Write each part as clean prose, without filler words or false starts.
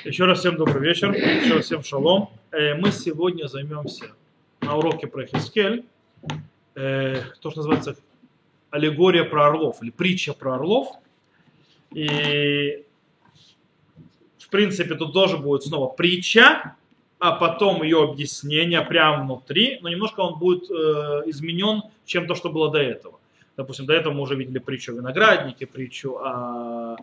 Еще раз всем добрый вечер, еще раз всем шалом. Мы сегодня займемся на уроке про Хискель, то, что называется аллегория про орлов или притча про орлов. И в принципе тут тоже будет снова притча, а потом ее объяснение прямо внутри, но немножко он будет изменен, чем то, что было до этого. Допустим, до этого мы уже видели притчу о винограднике, притчу о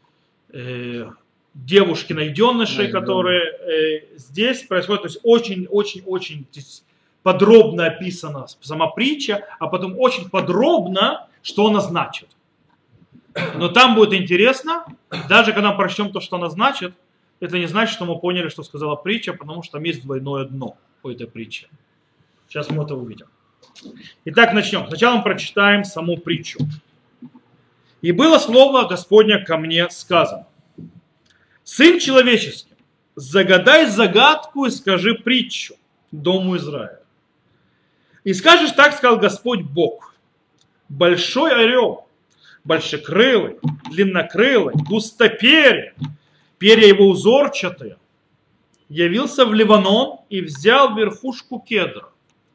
девушки найденышей, которые здесь происходят, то есть очень-очень-очень подробно описана сама притча, а потом очень подробно, что она значит. Но там будет интересно, даже когда мы прочтем то, что она значит, это не значит, что мы поняли, что сказала притча, потому что там есть двойное дно у этой притчи. Сейчас мы это увидим. Итак, начнем. Сначала мы прочитаем саму притчу. «И было слово Господня ко мне сказано: Сын человеческий, загадай загадку и скажи притчу дому Израиля. И скажешь, так сказал Господь Бог: большой орел, большекрылый, длиннокрылый, густоперый, перья его узорчатые, явился в Ливанон и взял верхушку кедра.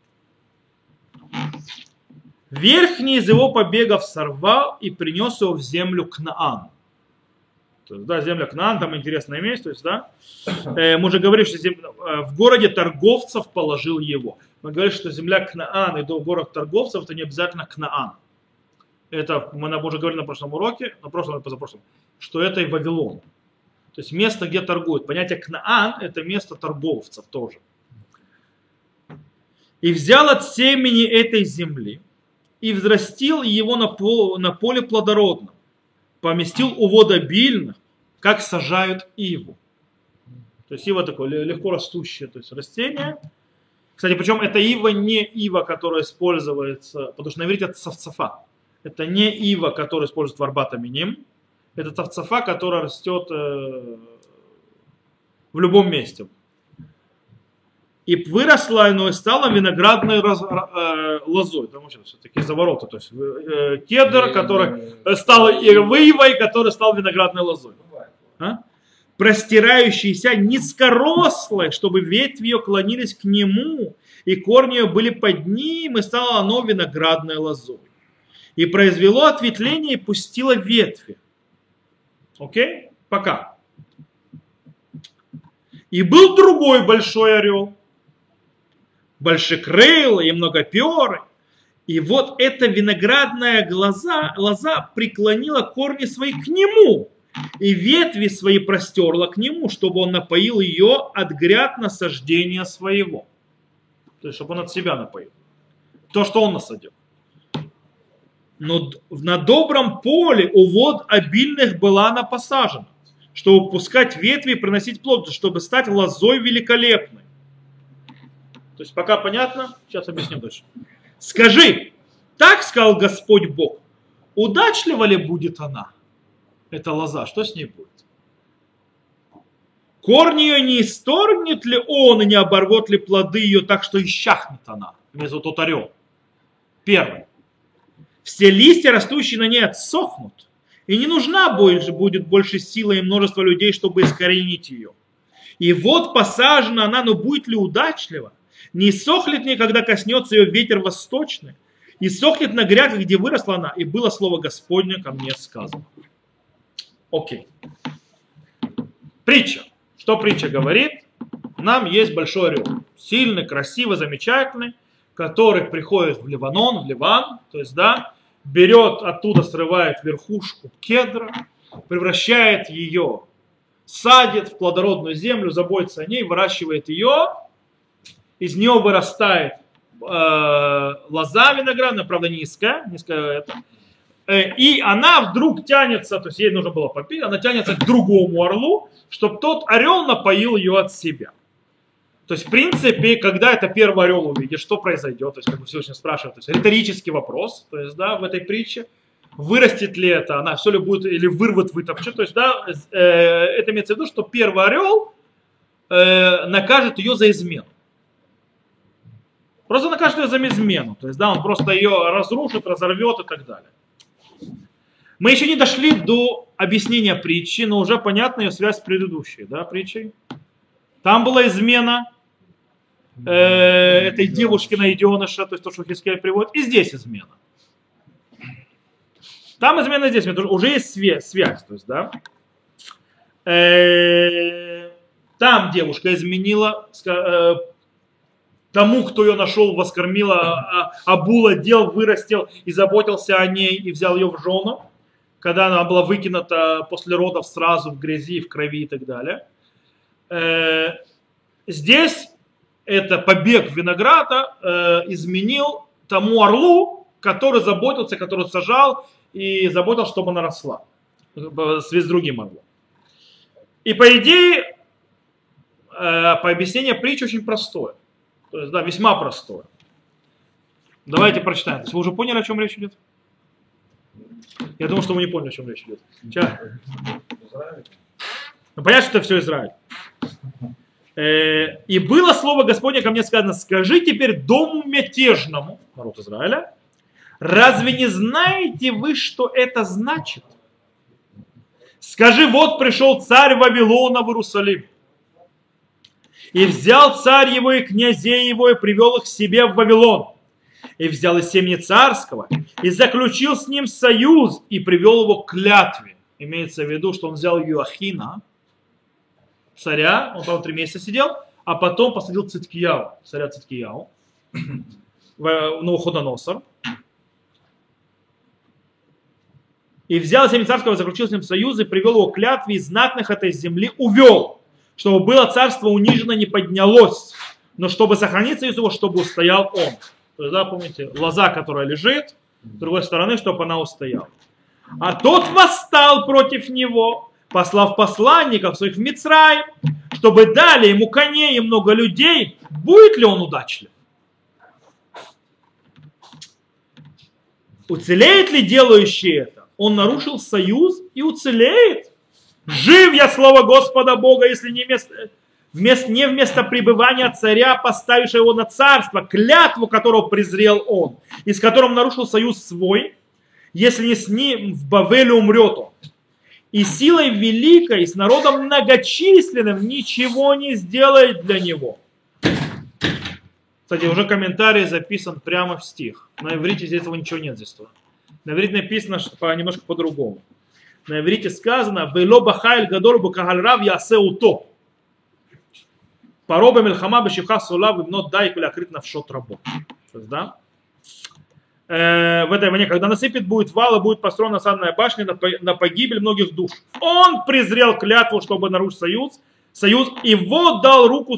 Верхний из его побегов сорвал и принес его в землю Кнаан». То есть, да, земля Кнаан, там интересное место. То есть, да, мы уже говорили, что в городе торговцев положил его. Мы говорили, что земля Кнаан и город торговцев, это не обязательно Кнаан. Это мы уже говорили на прошлом уроке, на прошлом и позапрошлом, что это и Вавилон. То есть место, где торгуют. Понятие Кнаан – это место торговцев тоже. «И взял от семени этой земли, и взрастил его на поле плодородном, поместил у вод обильных, как сажают иву». То есть ива такое легко растущее, то есть растение. Кстати, причем это ива не ива, которая используется, потому что на иврите это цавцафа. Это не ива, которая используется в Арбат Аминим. Это цавцафа, которая растет в любом месте. «И выросла оно и стала виноградной лозой». Там сейчас такие завороты. То есть кедр, который стал ивой, который стал виноградной лозой. Простирающийся низкорослой, чтобы ветви ее клонились к нему, и корни ее были под ним, и стало оно виноградной лозой. И произвело ответвление и пустило ветви. Окей? Пока. «И был другой большой орел, большекрылый и многоперый, и вот эта виноградная лоза преклонила корни свои к нему, и ветви свои простерла к нему, чтобы он напоил ее от гряд насаждения своего». То есть, чтобы он от себя напоил. То, что он насадил. «Но на добром поле у вод обильных была она посажена, чтобы пускать ветви и приносить плод, чтобы стать лозой великолепной». То есть пока понятно, сейчас объясним дальше. «Скажи, так сказал Господь Бог, удачлива ли будет она, эта лоза, что с ней будет? Корни ее не исторгнет ли он и не оборвет ли плоды ее так, что исчахнет она?» Имеется тот орел. Первый. «Все листья, растущие на ней, отсохнут, и не нужна будет больше сила и множество людей, чтобы искоренить ее. И вот посажена она, но будет ли удачлива? Не сохнет ли, когда коснется ее ветер восточный? И сохнет на грядках, где выросла она, и было слово Господне ко мне сказано». Окей. Притча. Что притча говорит? Нам есть большой орел. Сильный, красивый, замечательный, который приходит в Ливан, то есть, да, берет оттуда, срывает верхушку кедра, превращает ее, садит в плодородную землю, заботится о ней, выращивает ее. Из нее вырастает лоза виноградная, правда низкая это. И она вдруг тянется, то есть ей нужно было попить, она тянется к другому орлу, чтобы тот орел напоил ее от себя. То есть, в принципе, когда это первый орел увидит, что произойдет, то есть, как бы Всевышний спрашивает, то есть, риторический вопрос, то есть, да, в этой притче, вырастет ли это, она все ли будет, или вырвет, вытопчет, то есть, да, это имеется в виду, что первый орел накажет ее за измену. Просто накажет ее за измену, то есть, да, он просто ее разрушит, разорвет и так далее. Мы еще не дошли до объяснение притчи, но уже понятна ее связь с предыдущей, да, притчей. Там была измена этой девушки найденыша, то есть то, что Хискель приводит, и здесь измена. Там измена, здесь измена, уже есть связь, то есть, да. Там девушка изменила тому, кто ее нашел, воскормила, обул, одел, вырастил и заботился о ней и взял ее в жену, когда она была выкинута после родов сразу в грязи, в крови и так далее. Здесь это побег винограда изменил тому орлу, который заботился, который сажал и заботился, чтобы она росла с другим орлом. И по идее, по объяснению притчи очень простое. То есть, да, весьма простое. Давайте прочитаем. То есть вы уже поняли, о чем речь идет? Я думаю, что вы не поняли, о чем речь идет. Ну, понятно, что это все Израиль. И было слово Господне ко мне сказано: скажи теперь дому мятежному, народ Израиля, разве не знаете вы, что это значит? Скажи, вот пришел царь Вавилона в Иерусалим. И взял царь его и князей его, и привел их к себе в Вавилон. И взял из семьи царского, и заключил с ним союз, и привел его к клятве. Имеется в виду, что он взял Иоахина, царя, он там 3 месяца сидел, а потом посадил Циткияу, царя Циткияу, Навуходоносор. И взял семьи царского, заключил с ним союз, и привел его к клятве, и знатных этой земли увел, чтобы было царство унижено, не поднялось, но чтобы сохраниться из его, чтобы устоял он. То есть, да, помните, лоза, которая лежит, с другой стороны, чтобы она устояла. А тот восстал против него, послав посланников своих в Мицраим, чтобы дали ему коней и много людей. Будет ли он удачлив? Уцелеет ли делающий это? Он нарушил союз и уцелеет. Жив я, слово Господа Бога, если не вместо пребывания царя, поставившего его на царство, клятву, которого презрел он, и с которым нарушил союз свой, если не с ним в Бавеле умрет он. И силой великой, и с народом многочисленным ничего не сделает для него. Кстати, уже комментарий записан прямо в стих. На иврите здесь этого ничего нет здесь. На иврите написано немножко по-другому. На иврите сказано: «Вело бахайль гадор букагалрав ясе уто». «Пароба мельхама бешиха сула вимнот дай кулякрит навшот рабо». То есть, да? В этой войне, когда насыпет будет вал и будет построена осадная башня на погибель многих душ. Он презрел клятву, чтобы нарушить союз, и вот дал руку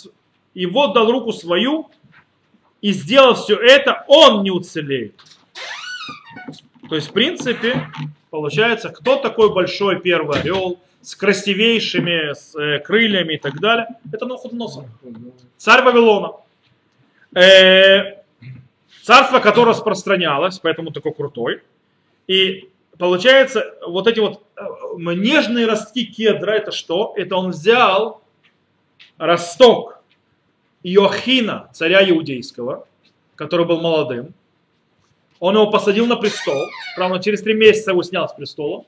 свою, и сделав все это, он не уцелеет. То есть, в принципе, получается, кто такой большой первый орел с красивейшими крыльями и так далее? Это Навуходоносор, царь Вавилона. Царство, которое распространялось, поэтому такой крутой. И получается, вот эти вот нежные ростки кедра, это что? Это он взял росток Иоахина, царя иудейского, который был молодым. Он его посадил на престол. Правда, через 3 месяца его снял с престола.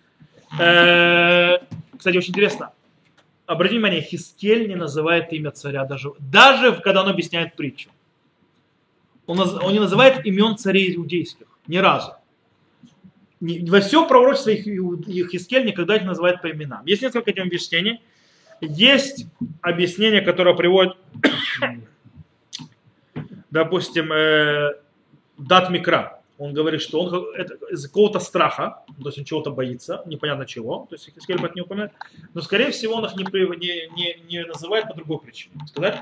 Кстати, очень интересно. Обратите внимание, Хискель не называет имя царя, даже когда он объясняет притчу. Он не называет имен царей иудейских. Ни разу. Во всем пророчестве Хискель никогда не называет по именам. Есть несколько этих объяснений. Есть объяснение, которое приводит, допустим, Дат Микра. Он говорит, что он из какого-то страха, то есть он чего-то боится, непонятно чего, то есть Хискель об этом не упоминает, но скорее всего он их не называет по другой причине. Сказать?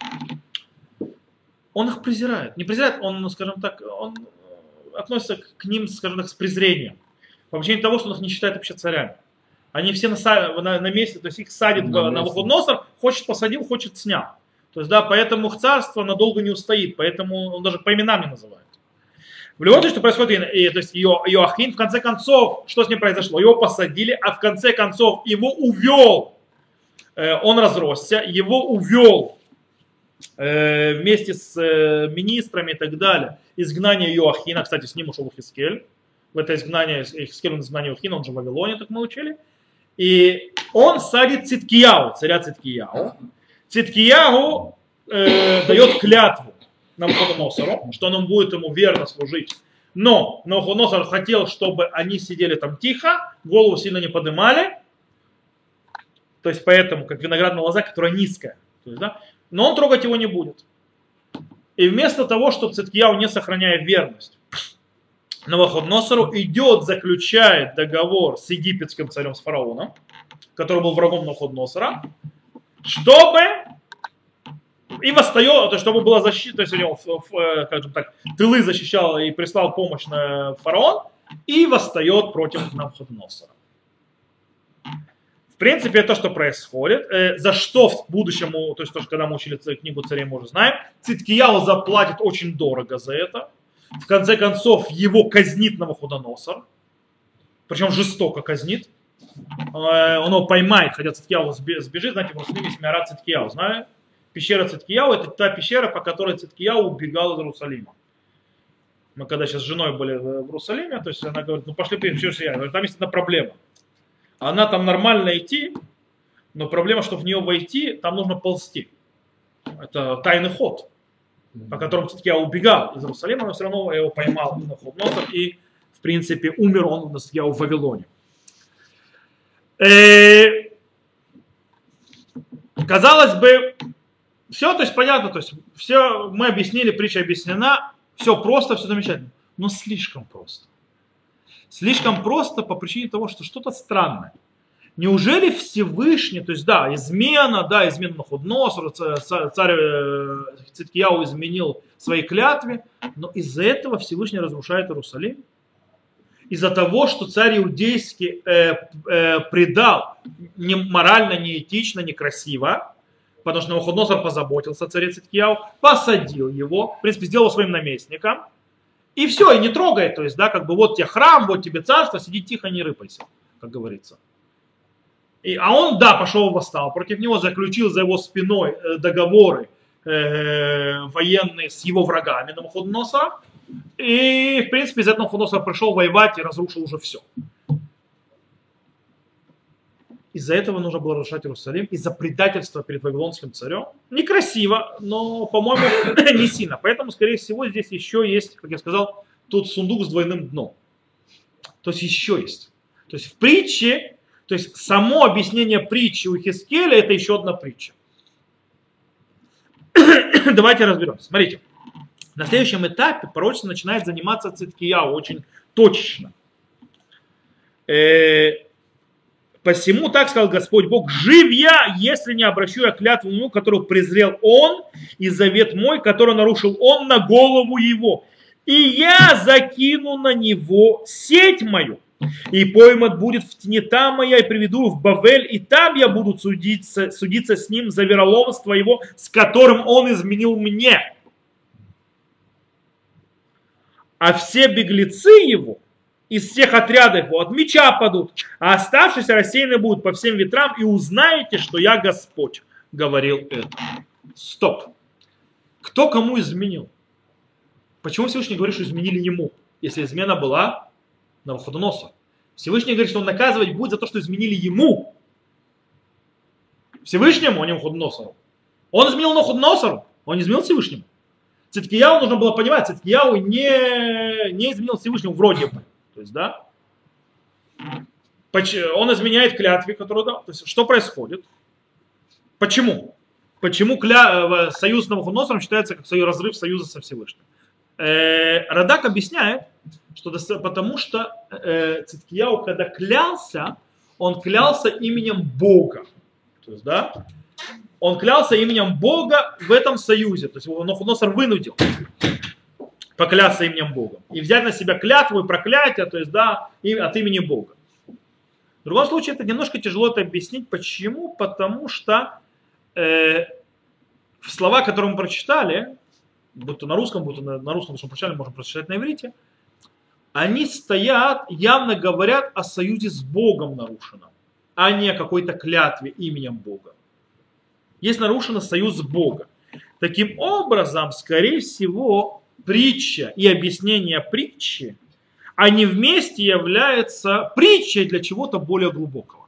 Он их презирает. Не презирает, он, скажем так, он относится к ним, скажем так, с презрением. По причине того, что он их не считает вообще царями. Они все на месте, то есть их садит Навуходоносор, хочет посадил, хочет снял. То есть, да, поэтому их царство надолго не устоит, поэтому он даже по именам не называет. В любом случае, что происходит, то есть Иоахин, в конце концов, что с ним произошло? Его посадили, а в конце концов его увел, он разросся, его увел вместе с министрами и так далее, изгнание Иоахина, кстати, с ним ушел Хискель, в это изгнание, их скинули изгнание Хина, он же в Вавилоне, так мы учили. И он садит Циткияу, царя Циткияу. Циткияу дает клятву Навуходоносору, что он будет ему верно служить. Но Навуходоносор хотел, чтобы они сидели там тихо, голову сильно не поднимали. То есть поэтому, как виноградная лоза, которая низкая. То есть, да, но он трогать его не будет. И вместо того, чтобы Циткияу, не сохраняя верность Навуходоносору, идет, заключает договор с египетским царем, с фараоном, который был врагом Навуходоносора, чтобы и восстает, то есть, чтобы была защита, то есть у него, скажем так, тылы защищал и прислал помощь на фараон, и восстает против Навуходоносора. В принципе, это то, что происходит. За что в будущем, то есть, когда мы учили книгу царей, мы уже знаем, Циткияу заплатит очень дорого за это. В конце концов, его казнит Навуходоносор, причем жестоко казнит. Он его поймает, хотя Циткияу сбежит. Знаете, в Иерусалиме есть Меара Циткияу, знаете? Пещера Циткияу – это та пещера, по которой Циткияу убегал из Иерусалима. Мы когда сейчас с женой были в Иерусалиме, то есть она говорит, ну пошли в пещеру Циткияу. Там есть одна проблема. Она там нормально идти, но проблема, что в нее войти, там нужно ползти. Это тайный ход, по которому Циткияу убегал из Иерусалима, но все равно его поймал Навуходоносор, и, в принципе, умер он в Вавилоне. Казалось бы, все, то есть понятно, то есть все мы объяснили, притча объяснена, все просто, все замечательно, но слишком просто. Слишком просто по причине того, что что-то странное. Неужели Всевышний, то есть измена Навуходоносору, царь Циткияу изменил свои клятвы, но из-за этого Всевышний разрушает Иерусалим? Из-за того, что царь иудейский предал не морально, не этично, некрасиво, потому что Навуходоносор позаботился о царе Циткияу, посадил его, в принципе, сделал своим наместником, и все, и не трогает, то есть, вот тебе храм, вот тебе царство, сиди тихо, не рыпайся, как говорится. А он, пошел восстал, против него заключил за его спиной договоры военные с его врагами Навуходоносора, и, в принципе, из этого Навуходоносор пришел воевать и разрушил уже все. Из-за этого нужно было разрушать Иерусалим, из-за предательства перед вавилонским царем. Некрасиво, но, по-моему, не сильно. Поэтому, скорее всего, здесь еще есть, как я сказал, тут сундук с двойным дном. То есть еще есть. То есть в притче, то есть само объяснение притчи у Хискеля, это еще одна притча. Давайте разберемся. Смотрите. На следующем этапе пророчество начинает заниматься Циткияу очень точечно. Посему так сказал Господь Бог: жив я, если не обращу я клятву ему, которую презрел он, и завет мой, который нарушил он, на голову его. И я закину на него сеть мою, и поймат будет в тенета моя, и приведу в Бавель, и там я буду судиться с ним за вероломство его, с которым он изменил мне. А все беглецы его из всех отрядов его от меча падут, а оставшиеся рассеяны будут по всем ветрам, и узнаете, что я Господь говорил это. Стоп. Кто кому изменил? Почему Всевышний говорит, что изменили ему, если измена была Навуходоносору? Всевышний говорит, что он наказывать будет за то, что изменили ему. Всевышнему, а не Навуходоносору. Он изменил Навуходоносору, он не изменил Всевышнему. Циткияу нужно было понимать, Циткияу не изменил Всевышнему вроде бы. То есть, он изменяет клятве, которую дал. То есть, что происходит? Почему? Почему союз с Навуходоносором считается как разрыв союза со Всевышним? Радак объясняет, что потому что Циткияу, когда клялся, он клялся именем Бога. То есть, он клялся именем Бога в этом союзе. То есть Навуходоносор вынудил поклясться именем Бога. И взять на себя клятву и проклятие, то есть от имени Бога. В другом случае это немножко тяжело это объяснить. Почему? Потому что слова, которые мы прочитали, будь то на русском, будь то на русском, что мы прочитали, можем прочитать на иврите, они стоят, явно говорят о союзе с Богом нарушенном, а не о какой-то клятве именем Бога. Есть нарушен союз с Богом. Таким образом, скорее всего, притча и объяснение притчи, они вместе являются притчей для чего-то более глубокого.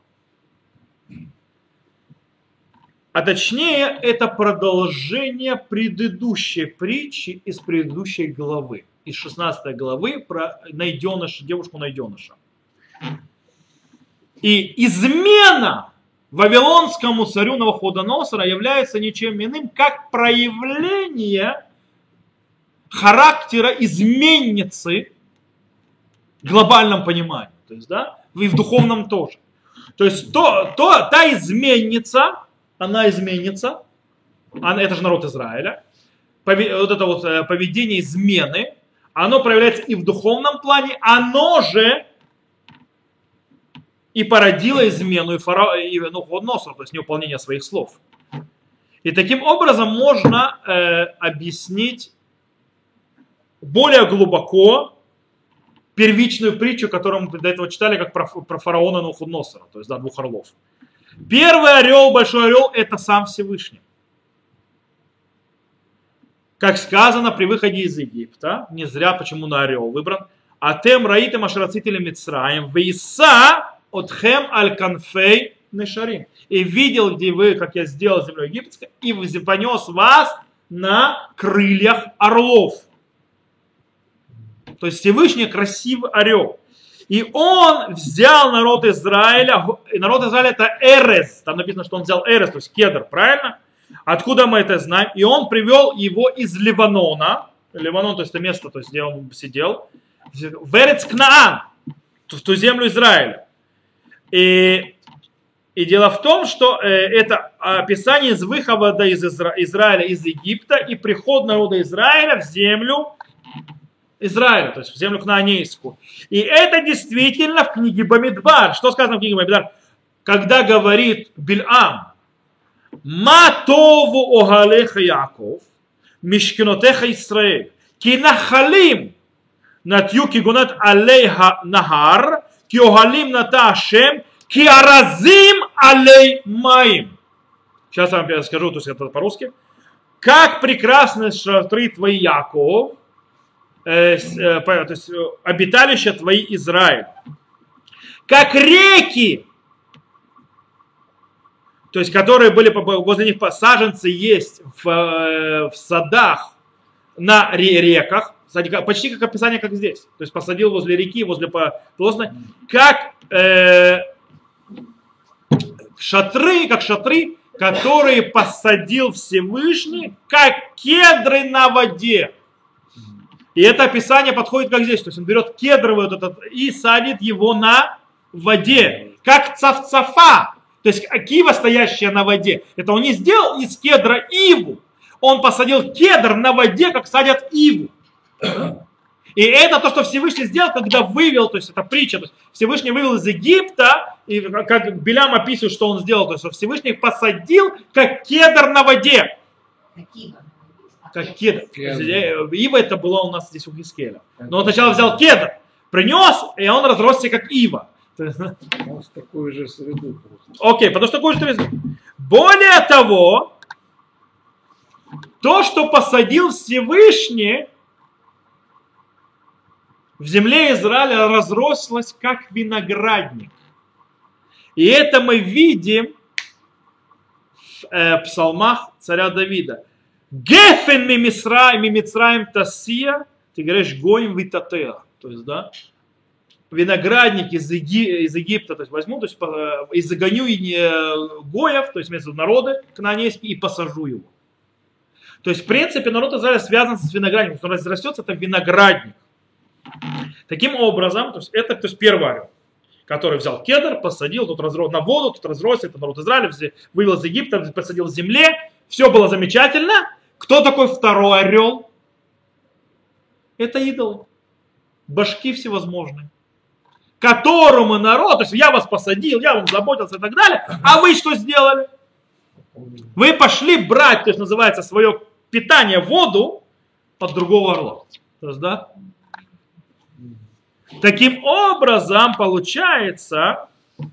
А точнее, это продолжение предыдущей притчи из предыдущей главы, из 16 главы про найденыша, девушку-найденыша. И измена вавилонскому царю Навуходоносора является ничем иным, как проявление характера изменницы в глобальном понимании. То есть, да, и в духовном тоже. То есть, та изменница, она изменится, это же народ Израиля, вот это вот поведение измены, оно проявляется и в духовном плане, оно же и породило измену и Навуходоносора, то есть невыполнение своих слов. И таким образом можно объяснить более глубоко первичную притчу, которую мы до этого читали, как про фараона Навуходоносора, то есть да, двух орлов. Первый орел, большой орел, это сам Всевышний. Как сказано при выходе из Египта, не зря почему на орел выбран, «Атем раитем ашрацители Мицраим, вейса отхем аль канфей нешарим». И видел, где вы, как я сделал землю египетской, и понес вас на крыльях орлов. То есть Всевышний красивый орел. И он взял народ Израиля, и народ Израиля это Эрес, там написано, что он взял Эрес, то есть кедр, правильно? Откуда мы это знаем? И он привел его из Ливанона, Ливанон, то есть это место, то есть, где он сидел, в Эрец Кнаан, в ту землю Израиля. И дело в том, что это описание из выхода из Израиля из Египта и приход народа Израиля в землю Израиля, то есть в землю кнаанейскую. И это действительно в книге Бамидбар. Что сказано в книге Бамидбар? Когда говорит Бильам, «Ма тову огалеха Яков, мишкинотеха Исраэль, ки нахалим натью кигунат алейха нахар, ки огалим ната Ашем, ки аразим алей маим». Сейчас я вам скажу, то есть это по-русски. «Как прекрасны шатры твои, Яков, то есть обиталища твои, Израиль, как реки, то есть которые были возле них саженцы есть в садах на реках, почти как описание, как здесь, то есть посадил возле реки, возле полосной, как шатры, которые посадил Всевышний, как кедры на воде. И это описание подходит как здесь. То есть он берет кедровый вот этот и садит его на воде. Как цавцафа. То есть кива, стоящая на воде. Это он не сделал из кедра иву. Он посадил кедр на воде, как садят иву. И это то, что Всевышний сделал, когда вывел, то есть это притча. То есть Всевышний вывел из Египта, и как Билям описывает, что он сделал. То есть Всевышний посадил, как кедр на воде. Как кедр. Ива это было у нас здесь у Хискеля. Но он сначала взял кедр, принес, и он разросся как ива. Он с такой же среду просто. Окей, потому что такой же среду. Более того, то, что посадил Всевышний в земле Израиля, разрослось как виноградник. И это мы видим в псалмах царя Давида. Гефен мимицраим тасия, ты говоришь гоим витатеа. То есть, да, виноградник из Египта, то есть возьму, то есть и загоню гоев, то есть вместо народа кнаанейские, и посажу его. То есть, в принципе, народ Израиля связан с виноградником. Он разрастется, это виноградник. Таким образом, то есть это первый орел, который взял кедр, посадил, тут разрос на воду, тут разросся, это народ Израиля, вывел из Египта, посадил в земле, все было замечательно. Кто такой второй орел? Это идолы, башки всевозможные, которому народ, то есть я вас посадил, я вам заботился и так далее, а вы что сделали? Вы пошли брать, то есть называется, свое питание, воду от другого орла. То есть, да? Таким образом, получается,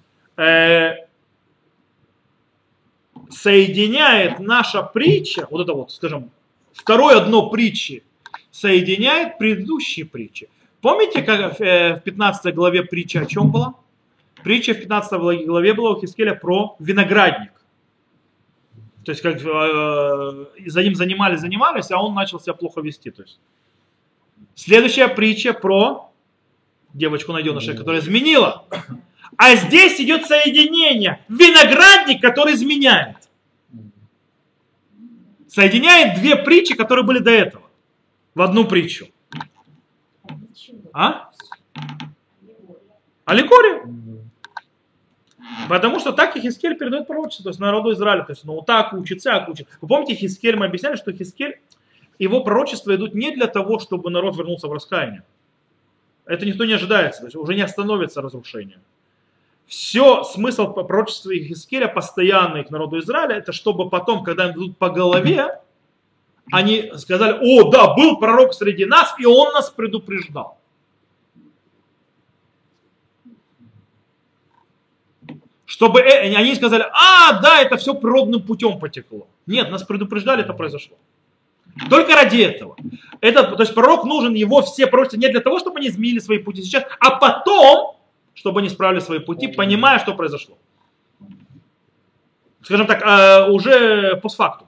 соединяет наша притча, вот это вот, скажем, второе дно притчи, соединяет предыдущие притчи. Помните, как в 15 главе притча о чем была? Притча в 15 главе была у Хискеля про виноградник. То есть, как за ним занимались, а он начал себя плохо вести. То есть. Следующая притча про девочку найденыша, которая изменила. А здесь идет соединение. Виноградник, который изменяет. Соединяет две притчи, которые были до этого. В одну притчу. А? Аллегория. Потому что так Хискель передает пророчество, то есть народу Израиля. То есть, ну, так учит, так учит. Вы помните, Хискель, мы объясняли, что Хискель, его пророчества идут не для того, чтобы народ вернулся в раскаяние. Это никто не ожидается, то есть уже не остановится разрушение. Все, смысл пророчества Хискеля постоянный к народу Израиля, это чтобы потом, когда им дадут по голове, они сказали: о, да, был пророк среди нас, и он нас предупреждал. Чтобы они сказали: да, это все природным путем потекло. Нет, нас предупреждали, это произошло. Только ради этого. То есть пророк нужен, его все пророчества не для того, чтобы они изменили свои пути сейчас, а потом, чтобы они справили свои пути, понимая, что произошло. Скажем так, уже постфактум.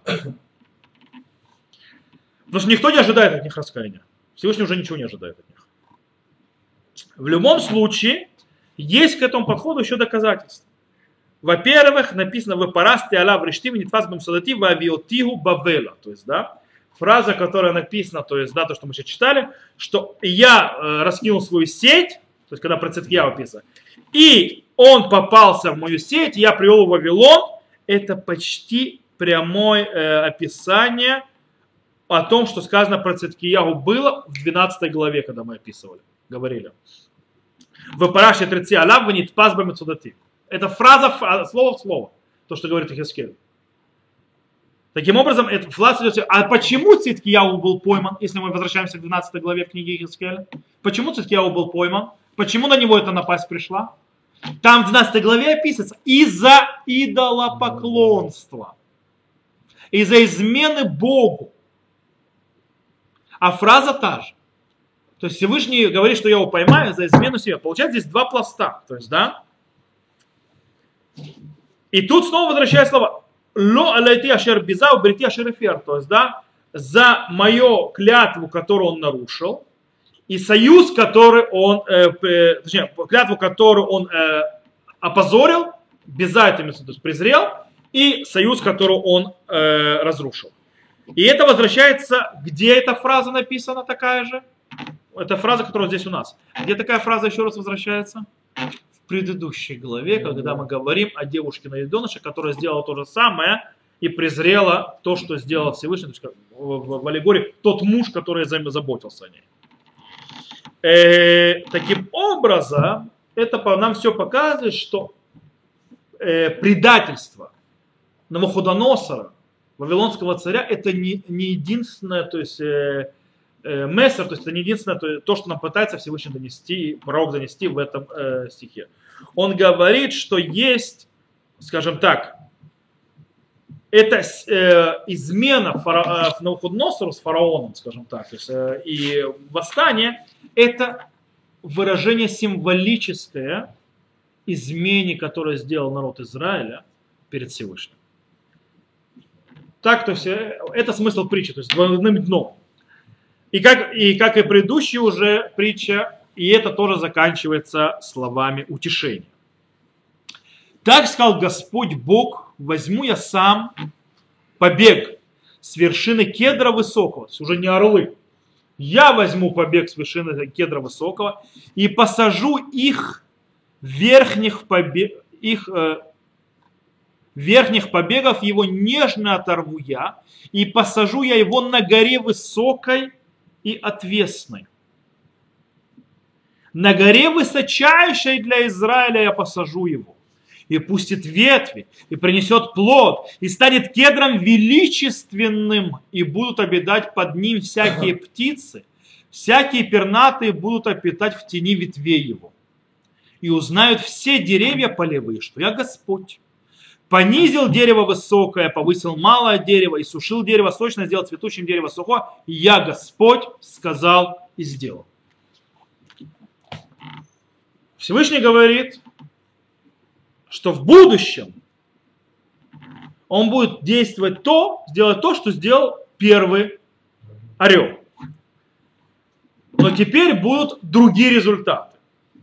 Потому что никто не ожидает от них раскаяния. Всевышний уже ничего не ожидает от них. В любом случае, есть к этому подходу еще доказательства. Во-первых, написано: «Вы парасти аля в рештиве нитфас бамсадати в авиотигу бавела». То есть, да, фраза, которая написана, то есть, да, то, что мы сейчас читали, что я раскинул свою сеть, то есть, когда про Циткияу описано, и он попался в мою сеть, я привел его в Вавилон, это почти прямое описание о том, что сказано про Циткияу было в 12 главе, когда мы описывали, говорили. «Вы параши тридцать аля в нитфас бамсадати». Это фраза слово в слово, то, что говорит Хискель. Таким образом, эта фраза идет. А почему Циткияу был пойман, если мы возвращаемся к 12 главе книги Хискеля? Почему Циткияу был пойман? Почему на него эта напасть пришла? Там в 12 главе описывается: из-за идолопоклонства, из-за измены Богу. А фраза та же. То есть Всевышний говорит, что я его поймаю за измену себе. Получается здесь два пласта. То есть, да? И тут снова возвращаю слова: «Ло алайти ашер биза, уберити ашер эфер». То есть, да, за мою клятву, которую он нарушил, и союз, который он, точнее, клятву, которую он опозорил, биза это место, то есть презрел, и союз, который он разрушил. И это возвращается, где эта фраза написана такая же? Это фраза, которая здесь у нас. Где такая фраза еще раз возвращается? В предыдущей главе, когда мы говорим о девушке найденыше, которая сделала то же самое и презрела то, что сделал Всевышний, то есть в аллегории тот муж, который заботился о ней. Таким образом, это нам все показывает, что предательство Навуходоносора, вавилонского царя, это не единственное, то есть мессер, то есть это не единственное то, что нам пытается Всевышний донести, пророк донести в этом стихе. Он говорит, что есть, скажем так, это измена Навуходоносору с фараоном, скажем так, то есть, и восстание, это выражение символическое измене, которое сделал народ Израиля перед Всевышним. Так, то есть это смысл притчи, то есть двойным дном. И как и предыдущая уже притча, и это тоже заканчивается словами утешения. Так сказал Господь Бог: возьму я сам побег с вершины кедра высокого, то есть уже не орлы. Я возьму побег с вершины кедра высокого и посажу их верхних побегов его нежно оторву я, и посажу я его на горе высокой и отвесной. На горе высочайшей для Израиля я посажу его, и пустит ветви, и принесет плод, и станет кедром величественным, и будут обитать под ним всякие птицы, всякие пернатые будут обитать в тени ветвей его. И узнают все деревья полевые, что я Господь. Понизил дерево высокое, повысил малое дерево, и сушил дерево сочное, сделал цветущим дерево сухое. И я Господь сказал и сделал. Всевышний говорит, что в будущем он будет действовать сделать то, что сделал первый орел. Но теперь будут другие результаты.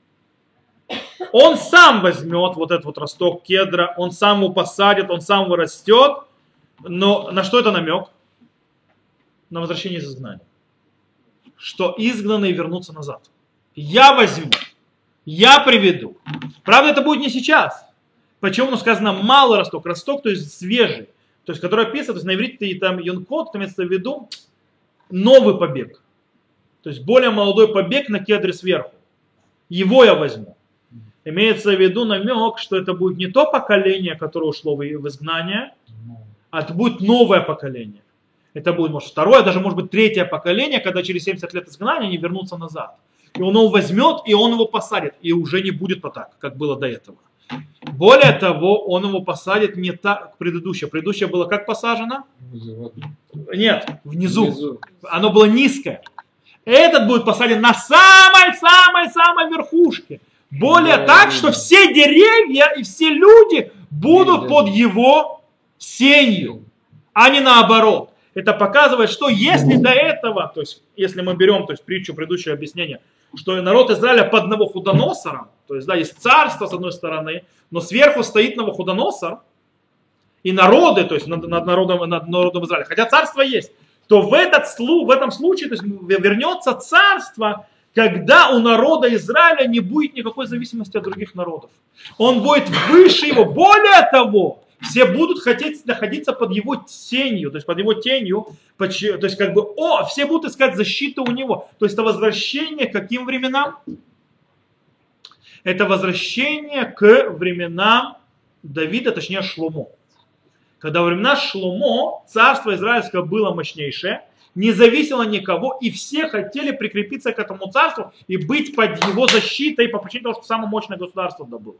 Он сам возьмет вот этот вот росток кедра, он сам его посадит, он сам его растет. Но на что это намек? На возвращение из изгнания. Что изгнанные вернутся назад. Я возьму, я приведу. Правда, это будет не сейчас. Почему сказано малый росток? Росток, то есть свежий. То есть, который описывает, то есть на иврите там юнкот, там имеется в виду новый побег. То есть более молодой побег на кедре сверху. Его я возьму. Имеется в виду намек, что это будет не то поколение, которое ушло в изгнание, а это будет новое поколение. Это будет, может, второе, даже, может быть, третье поколение, когда через 70 лет изгнания они вернутся назад. И он его возьмет, и он его посадит. И уже не будет так, как было до этого. Более того, он его посадит не так, как предыдущее. Предыдущее было как посажено? Нет, внизу. Оно было низкое. Этот будет посажен на самой-самой-самой верхушке. Более так, что все деревья и все люди будут под его сенью, а не наоборот. Это показывает, что если до этого, то есть если мы берем притчу, предыдущее объяснение, что народ Израиля под Навуходоносором, то есть есть царство с одной стороны, но сверху стоит Навуходоносор, и народы, то есть над народом Израиля, хотя царство есть, то в этом случае то есть, вернется царство, когда у народа Израиля не будет никакой зависимости от других народов. Он будет выше его. Более того, все будут хотеть находиться под его тенью, то есть под его тенью, то есть все будут искать защиту у него. То есть это возвращение к каким временам? Это возвращение к временам Давида, точнее Шломо. Когда во времена Шломо царство израильское было мощнейшее, не зависело никого, и все хотели прикрепиться к этому царству и быть под его защитой по причине того, что самое мощное государство было.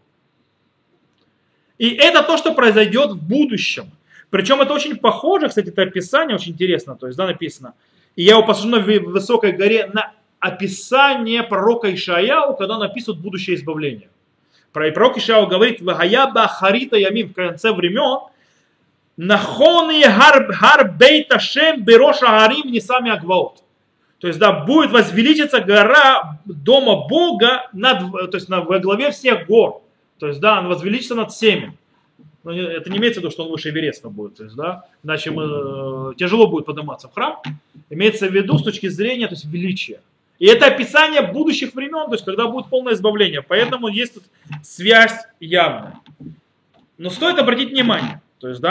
И это то, что произойдет в будущем. Причем это очень похоже, кстати, это описание очень интересно, то есть написано. И я его посажу на высокой горе на описание пророка Ишаяу, когда он описывает будущее избавление. Пророк Ишаяу говорит: «Вахаяба харита ямим», в конце времен, «Нахони гар бейт Ашем бероша гарим нисами агваот». То есть, будет возвеличиться гора дома Бога то есть, во главе всех гор. То есть, он возвеличится над всеми. Но это не имеется в виду, что он выше Эвереста будет. То есть, иначе тяжело будет подниматься в храм. Имеется в виду с точки зрения то есть, величия. И это описание будущих времен, то есть, когда будет полное избавление. Поэтому есть тут связь явная. Но стоит обратить внимание. То есть,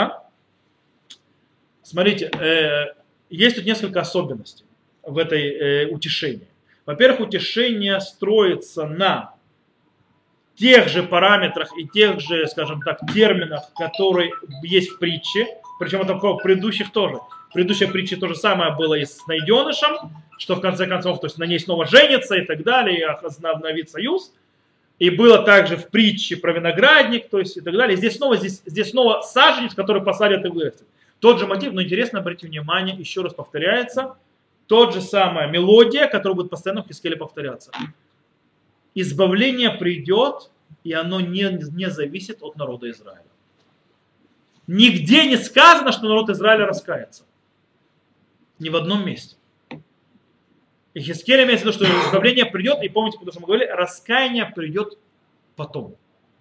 смотрите, есть тут несколько особенностей в этой утешении. Во-первых, утешение строится на тех же параметрах и тех же, скажем так, терминах, которые есть в притче. Причем это в предыдущих тоже. В предыдущей притче то же самое было и с найденышем, что в конце концов то есть, на ней снова женится и так далее, и обновит союз. И было также в притче про виноградник, то есть и так далее. Здесь снова саженец, который посадят и вырастет. Тот же мотив, но интересно обратите внимание, еще раз повторяется, тот же самая мелодия, которая будет постоянно в Хискеле повторяться. Избавление придет, и оно не зависит от народа Израиля. Нигде не сказано, что народ Израиля раскается. Ни в одном месте. И Хискель имеется в виду, что избавление придет, и помните, потому что мы говорили, раскаяние придет потом.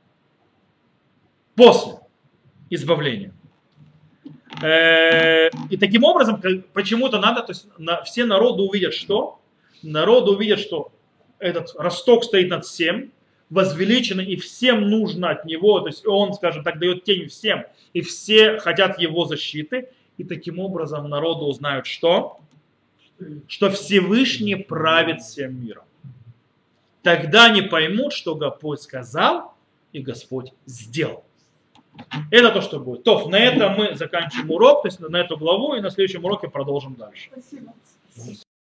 После избавления. И таким образом, почему-то надо, то есть все народы увидят, что? Народы увидят, что этот росток стоит над всем, возвеличенный, и всем нужно от него, то есть он, скажем так, дает тень всем, и все хотят его защиты, и таким образом народы узнают, что? Что Всевышний правит всем миром. Тогда они поймут, что Господь сказал, и Господь сделал. Это то, что будет. То, на этом мы заканчиваем урок, то есть на эту главу, и на следующем уроке продолжим дальше. Спасибо.